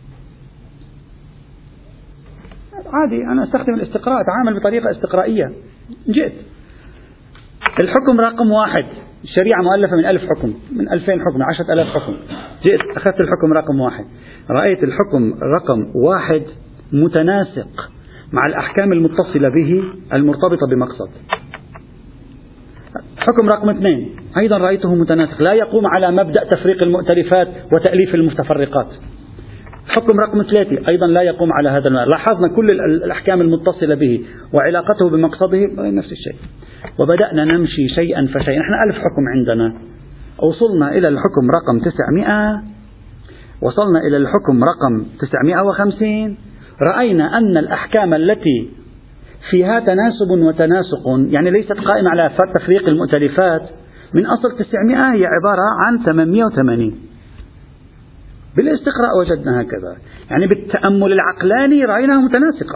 عادي، أنا أستخدم الاستقراء، أتعامل بطريقة استقرائية. جئت الحكم رقم 1، الشريعة مؤلفة من 1000 حكم، من 2000 حكم، 10,000 حكم. جئت أخذت الحكم رقم 1، رأيت الحكم رقم 1 متناسق مع الأحكام المتصلة به المرتبطة بمقصد. حكم رقم 2 أيضا رأيته متناسق، لا يقوم على مبدأ تفريق المؤتلفات وتأليف المتفرقات. حكم رقم 3 أيضا لا يقوم على هذا المبدأ. لاحظنا كل الأحكام المتصلة به وعلاقته بمقصده نفس الشيء. وبدأنا نمشي شيئا فشيئا، نحن 1000 حكم عندنا، وصلنا إلى الحكم رقم 900، وصلنا إلى الحكم رقم 950، رأينا أن الأحكام التي فيها تناسب وتناسق، يعني ليست قائمة على تفريق المؤتلفات، من أصل 900 هي عبارة عن 880. بالاستقراء وجدنا هكذا، يعني بالتأمل العقلاني رأيناها متناسقة،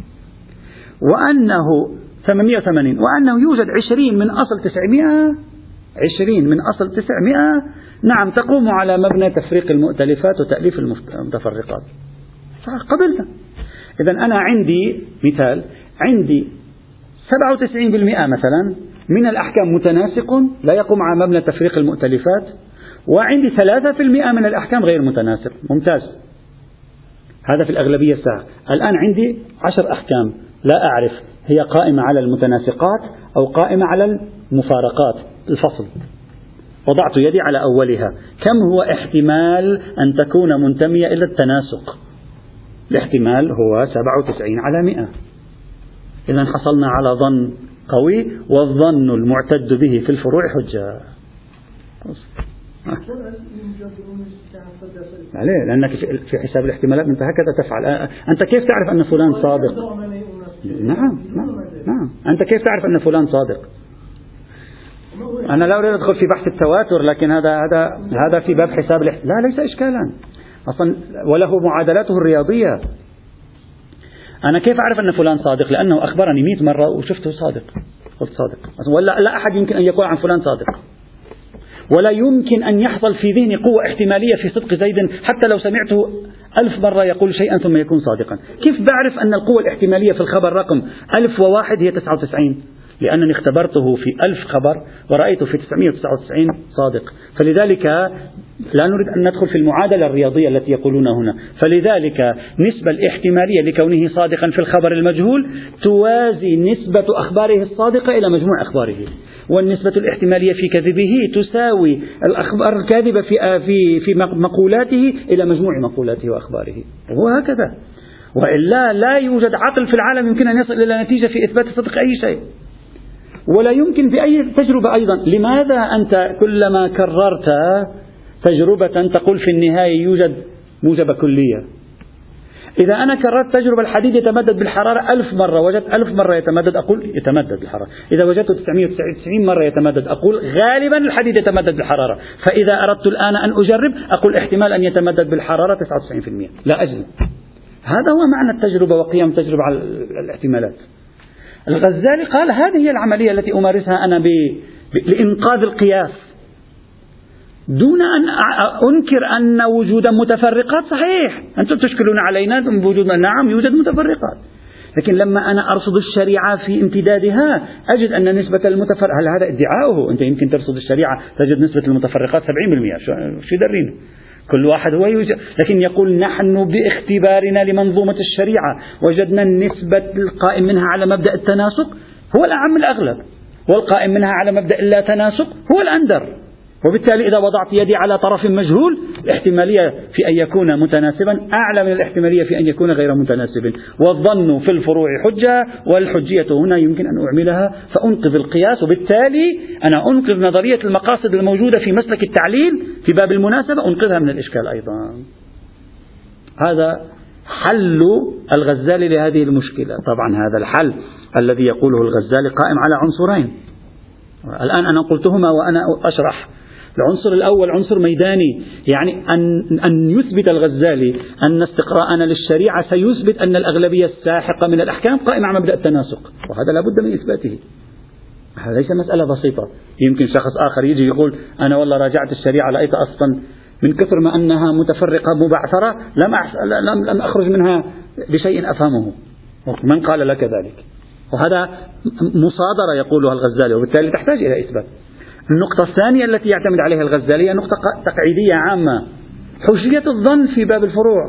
وأنه 880، وأنه يوجد 20 من أصل 900، 20 من أصل 900 نعم تقوم على مبنى تفريق المؤتلفات وتأليف المتفرقات. قبلنا. إذن أنا عندي مثال، عندي 97% مثلا من الأحكام متناسق لا يقوم على مبنى تفريق المؤتلفات، وعندي 3% من الأحكام غير متناسق. ممتاز، هذا في الأغلبية الساعة. الآن عندي 10 أحكام لا أعرف هي قائمة على المتناسقات أو قائمة على المفارقات، الفصل. وضعت يدي على أولها، كم هو احتمال أن تكون منتمية إلى التناسق؟ الاحتمال هو 97 على 100. إذا حصلنا على ظن قوي، والظن المعتد به في الفروع حجة. عليه، لأنك في حساب الاحتمالات أنت هكذا تفعل. أنت كيف تعرف أن فلان صادق؟ نعم. أنت كيف تعرف أن فلان صادق؟ أنا لا أريد أدخل في بحث التواتر، لكن هذا في باب حساب لا ليس إشكالا أصلا، وله معادلاته الرياضية. أنا كيف أعرف أن فلان صادق؟ لأنه أخبرني 100 مرة وشفته صادق، قلت صادق. ولا لا أحد يمكن أن يقول عن فلان صادق، ولا يمكن أن يحصل في ذهني قوة احتمالية في صدق زيد حتى لو سمعته 1000 مرة يقول شيئا ثم يكون صادقا. كيف بعرف أن القوة الاحتمالية في الخبر رقم 1001 هي 99؟ لأنني اختبرته في 1000 خبر ورأيته في 999 صادق. فلذلك لا نريد أن ندخل في المعادلة الرياضية التي يقولون هنا. فلذلك نسبة الاحتمالية لكونه صادقا في الخبر المجهول توازي نسبة أخباره الصادقة إلى مجموع أخباره، والنسبة الاحتمالية في كذبه تساوي الأخبار الكاذبة في مقولاته إلى مجموع مقولاته وأخباره، وهكذا. وإلا لا يوجد عقل في العالم يمكن أن يصل إلى نتيجة في إثبات صدق أي شيء، ولا يمكن بأي تجربة أيضا. لماذا أنت كلما كررت تجربة تقول في النهاية يوجد موجبة كلية؟ إذا أنا كررت تجربة الحديد يتمدد بالحرارة 1000 مرة، وجدت 1000 مرة يتمدد، أقول يتمدد بالحرارة. إذا وجدت 999 مرة يتمدد، أقول غالبا الحديد يتمدد بالحرارة. فإذا أردت الآن أن أجرب أقول احتمال أن يتمدد بالحرارة 99%، لا أجزم. هذا هو معنى التجربة وقيام التجربة على الاحتمالات. الغزالي قال هذه هي العملية التي أمارسها أنا لإنقاذ القياس، دون أن أنكر أن وجود متفرقات صحيح. أنتم تشكلون علينا بوجودنا، نعم يوجد متفرقات، لكن لما أنا أرصد الشريعة في امتدادها أجد أن نسبة المتفرقات، هل هذا ادعاؤه؟ أنت يمكن ترصد الشريعة تجد نسبة المتفرقات 70%، شو يدرين؟ كل واحد هو يوجد. لكن يقول نحن باختبارنا لمنظومة الشريعة وجدنا النسبة القائم منها على مبدأ التناسق هو الأعم الأغلب، والقائم منها على مبدأ اللا تناسق هو الأندر. وبالتالي إذا وضعت يدي على طرف مجهول، الاحتمالية في أن يكون متناسبا أعلى من الاحتمالية في أن يكون غير متناسب. والظن في الفروع حجة، والحجية هنا يمكن أن أعملها فأنقذ القياس، وبالتالي أنا أنقذ نظرية المقاصد الموجودة في مسلك التعليل في باب المناسبة، أنقذها من الإشكال أيضا. هذا حل الغزالي لهذه المشكلة. طبعا هذا الحل الذي يقوله الغزالي قائم على عنصرين، الآن أنا قلتهما وأنا أشرح. العنصر الأول عنصر ميداني، يعني أن يثبت الغزالي أن استقراءنا للشريعة سيثبت أن الأغلبية الساحقة من الأحكام قائمة على مبدأ التناسق، وهذا لا بد من إثباته. هذا ليس مسألة بسيطة. يمكن شخص آخر يجي يقول أنا والله راجعت الشريعة لقيت أصلا من كثر ما أنها متفرقة مبعثرة لم أخرج منها بشيء أفهمه. من قال لك ذلك؟ وهذا مصادرة يقولها الغزالي، وبالتالي تحتاج إلى إثبات. النقطة الثانية التي يعتمد عليها الغزالي هي نقطة تقعيدية عامة، حجية الظن في باب الفروع.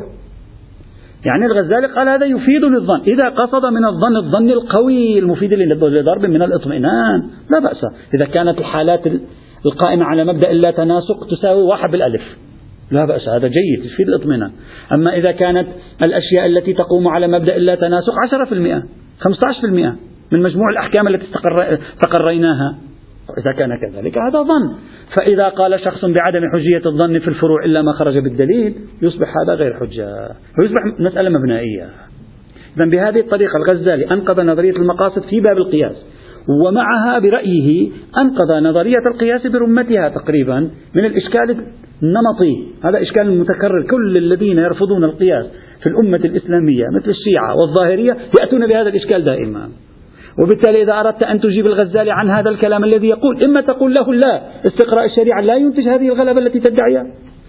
يعني الغزالي قال هذا يفيدني الظن، إذا قصد من الظن القوي المفيد لضرب من الاطمئنان لا بأس. إذا كانت الحالات القائمة على مبدأ لا تناسق تساوي 1 بالألف لا بأس، هذا جيد يفيد الاطمئنان. أما إذا كانت الأشياء التي تقوم على مبدأ لا تناسق 10%، 15% من مجموع الأحكام التي تقريناها، إذا كان كذلك هذا ظن. فإذا قال شخص بعدم حجية الظن في الفروع إلا ما خرج بالدليل يصبح هذا غير حجة، ويصبح مسألة مبنائية. إذن بهذه الطريقة الغزالي أنقذ نظرية المقاصد في باب القياس، ومعها برأيه أنقذ نظرية القياس برمتها تقريبا من الإشكال النمطي. هذا إشكال متكرر، كل الذين يرفضون القياس في الأمة الإسلامية مثل الشيعة والظاهرية يأتون بهذا الإشكال دائما. وبالتالي إذا أردت أن تجيب الغزالي عن هذا الكلام الذي يقول، إما تقول له لا، استقراء الشريعة لا ينتج هذه الغلبة التي تدعيها،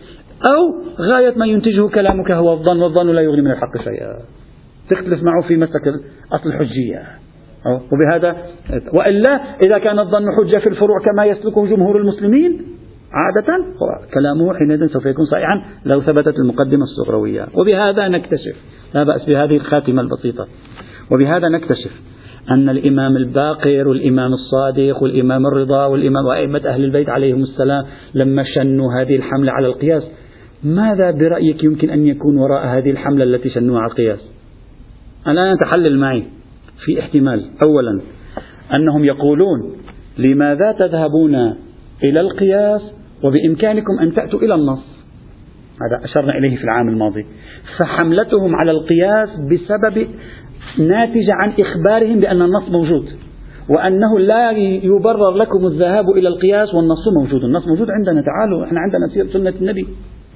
أو غاية ما ينتجه كلامك هو الظن، والظن لا يغني من الحق شيئا. تختلف معه في مسألة أصل الحجية. وبهذا وإلا إذا كان الظن حجة في الفروع كما يسلكه جمهور المسلمين عادة، كلامه حينئذ سوف يكون صحيحا لو ثبتت المقدمة الصغروية. وبهذا نكتشف، لا بأس بهذه الخاتمة البسيطة، وبهذا نكتشف أن الإمام الباقر والإمام الصادق والإمام الرضا والإمام وأئمة أهل البيت عليهم السلام لما شنوا هذه الحملة على القياس ماذا برأيك يمكن أن يكون وراء هذه الحملة التي شنوها على القياس؟ الآن تحلل معي في احتمال. أولا أنهم يقولون لماذا تذهبون إلى القياس وبإمكانكم أن تأتوا إلى النص، هذا أشرنا إليه في العام الماضي. فحملتهم على القياس بسبب ناتجة عن إخبارهم بأن النص موجود، وأنه لا يبرر لكم الذهاب إلى القياس والنص موجود. النص موجود عندنا، تعالوا إحنا عندنا سنة النبي.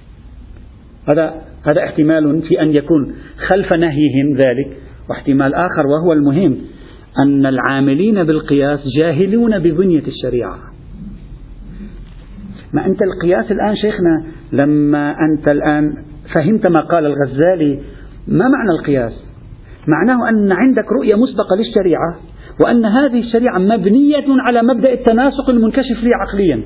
هذا احتمال في أن يكون خلف نهيهم ذلك. واحتمال آخر وهو المهم، أن العاملين بالقياس جاهلون ببنية الشريعة. ما أنت القياس الآن شيخنا، لما أنت الآن فهمت ما قال الغزالي، ما معنى القياس؟ معناه أن عندك رؤية مسبقة للشريعة، وأن هذه الشريعة مبنية على مبدأ التناسق المنكشف لي عقليا.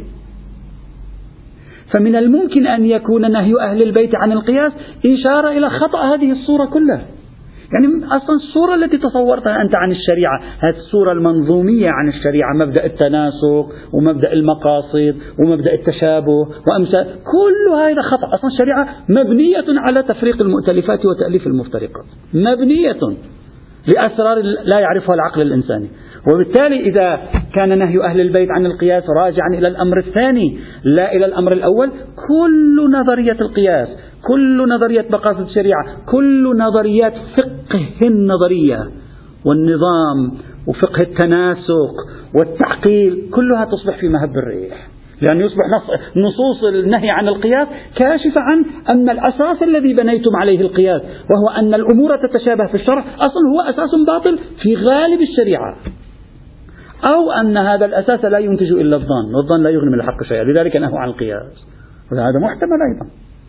فمن الممكن أن يكون نهي أهل البيت عن القياس إشارة إلى خطأ هذه الصورة كلها. يعني أصلا الصورة التي تصورتها أنت عن الشريعة، هذه الصورة المنظومية عن الشريعة، مبدأ التناسق ومبدأ المقاصد ومبدأ التشابه وأمثال، كل هذا خطأ. أصلا الشريعة مبنية على تفريق المؤتلفات وتأليف المفترقات، مبنية لأسرار لا يعرفها العقل الإنساني. وبالتالي إذا كان نهي أهل البيت عن القياس راجعا إلى الأمر الثاني لا إلى الأمر الأول، كل نظرية القياس، كل نظرية مقاصد الشريعة، كل نظريات فقه النظرية والنظام وفقه التناسق والتعقيل كلها تصبح في مهب الريح، لأن يصبح نصوص النهي عن القياس كاشفة عن أن الأساس الذي بنيتم عليه القياس، وهو أن الأمور تتشابه في الشرع، أصلا هو أساس باطل في غالب الشريعة، أو أن هذا الأساس لا ينتج إلا الظن، والظن لا يغني من الحق شيئا، لذلك نهوا عن القياس. وهذا محتمل أيضا.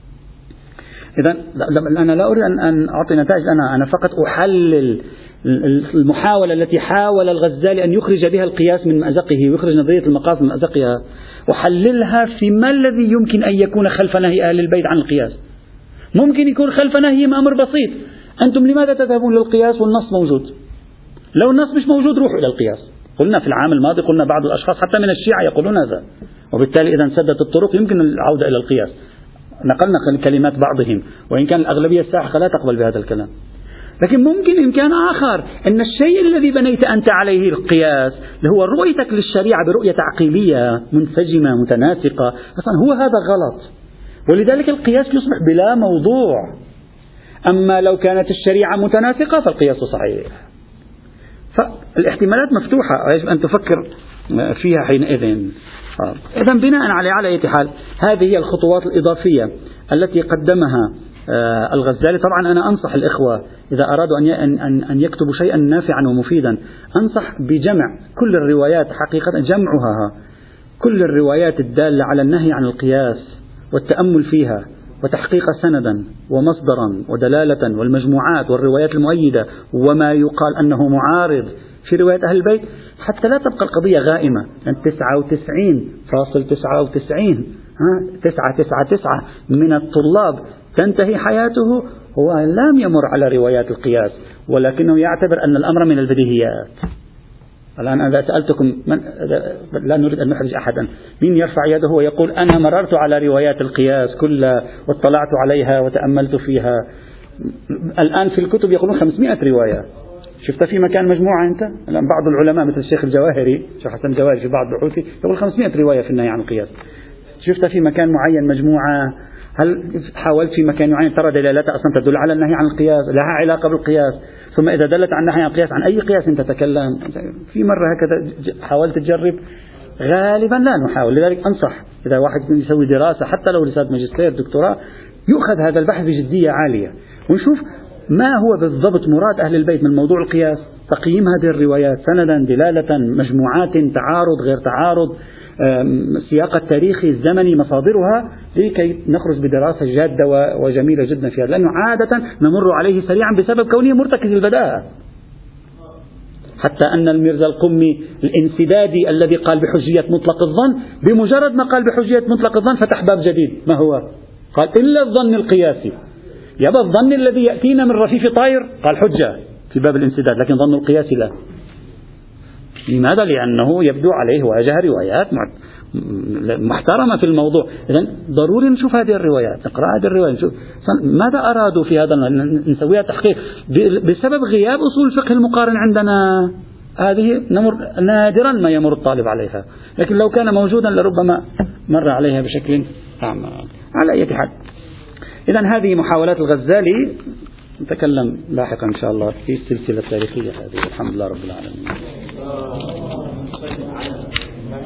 إذن أنا لا أريد أن أعطي نتائج، أنا فقط أحلل المحاولة التي حاول الغزالي أن يخرج بها القياس من مأزقه ويخرج نظرية المقاصد من مأزقها، أحللها في ما الذي يمكن أن يكون خلف نهي أهل البيت عن القياس. ممكن يكون خلف نهيهم أمر بسيط، أنتم لماذا تذهبون للقياس والنص موجود؟ لو النص مش موجود روحوا إلى القياس. قلنا في العام الماضي، قلنا بعض الأشخاص حتى من الشيعة يقولون هذا، وبالتالي إذا انسدت الطرق يمكن العودة إلى القياس. نقلنا كلمات بعضهم، وإن كان الأغلبية الساحقة لا تقبل بهذا الكلام. لكن ممكن إمكان آخر، أن الشيء الذي بنيت أنت عليه القياس اللي هو رؤيتك للشريعة برؤية تعقيلية منسجمة متناسقة، أصلا هو هذا غلط، ولذلك القياس يصبح بلا موضوع. أما لو كانت الشريعة متناسقة فالقياس صحيح. فالاحتمالات مفتوحة، يجب أن تفكر فيها حينئذ. إذن بناء على أي حال هذه هي الخطوات الإضافية التي قدمها الغزالي. طبعا أنا أنصح الإخوة إذا أرادوا أن يكتبوا شيئا نافعا ومفيدا، أنصح بجمع كل الروايات، حقيقة جمعها، كل الروايات الدالة على النهي عن القياس والتأمل فيها وتحقيق سندا ومصدرا ودلالة، والمجموعات والروايات المؤيدة وما يقال أنه معارض في رواية أهل البيت، حتى لا تبقى القضية غائمة. 99.99 من الطلاب تنتهي حياته هو لم يمر على روايات القياس، ولكنه يعتبر أن الأمر من البديهيات. الآن إذا سألتكم لا نريد أن نحرج أحدا، من يرفع يده ويقول أنا مررت على روايات القياس كلها واطلعت عليها وتأملت فيها؟ الآن في الكتب يقولون 500 رواية. شفت في مكان مجموعة أنت؟ الآن بعض العلماء مثل الشيخ الجواهري، الشيخ حسن الجواهري في بعض بحوثه يقول 500 رواية في النهي عن القياس. شفت في مكان معين مجموعة؟ هل حاولت في مكان معين ترى دلالات أصلا تدل على النهي عن القياس، لها علاقة بالقياس؟ ثم إذا دلت عن النهي عن القياس، عن أي قياس أنت تتكلم؟ في مرة هكذا حاولت تجرب؟ غالبا لا نحاول. لذلك أنصح إذا واحد يسوي دراسة حتى لو رسالة ماجستير دكتوراه، يؤخذ هذا البحث بجدية عالية ونشوف ما هو بالضبط مراد أهل البيت من موضوع القياس، تقييم هذه الروايات سندا دلالة، مجموعات، تعارض غير تعارض، سياق التاريخي الزمني، مصادرها، لكي نخرج بدراسة جادة وجميلة جدا فيها، لأنه عادة نمر عليه سريعا بسبب كونه مرتكز البداءة. حتى أن الميرزا القمي الانسدادي الذي قال بحجية مطلق الظن، بمجرد ما قال بحجية مطلق الظن فتح باب جديد، ما هو؟ قال إلا الظن القياسي. يبقى الظن الذي يأتينا من رفيف طائر قال حجة في باب الانسداد، لكن ظن القياس لا. لماذا؟ لأنه يبدو عليه واجه روايات محترمة في الموضوع. إذن ضروري نشوف هذه الروايات، نقرأ هذه الروايات، نشوف ماذا أرادوا في هذا، نسويها تحقيق. بسبب غياب أصول الفقه المقارن عندنا، هذه نادرا ما يمر الطالب عليها، لكن لو كان موجودا لربما مر عليها بشكل أعمى. على أي حال، إذن هذه محاولات الغزالي، نتكلم لاحقا إن شاء الله في السلسلة التاريخية هذه. الحمد لله رب العالمين.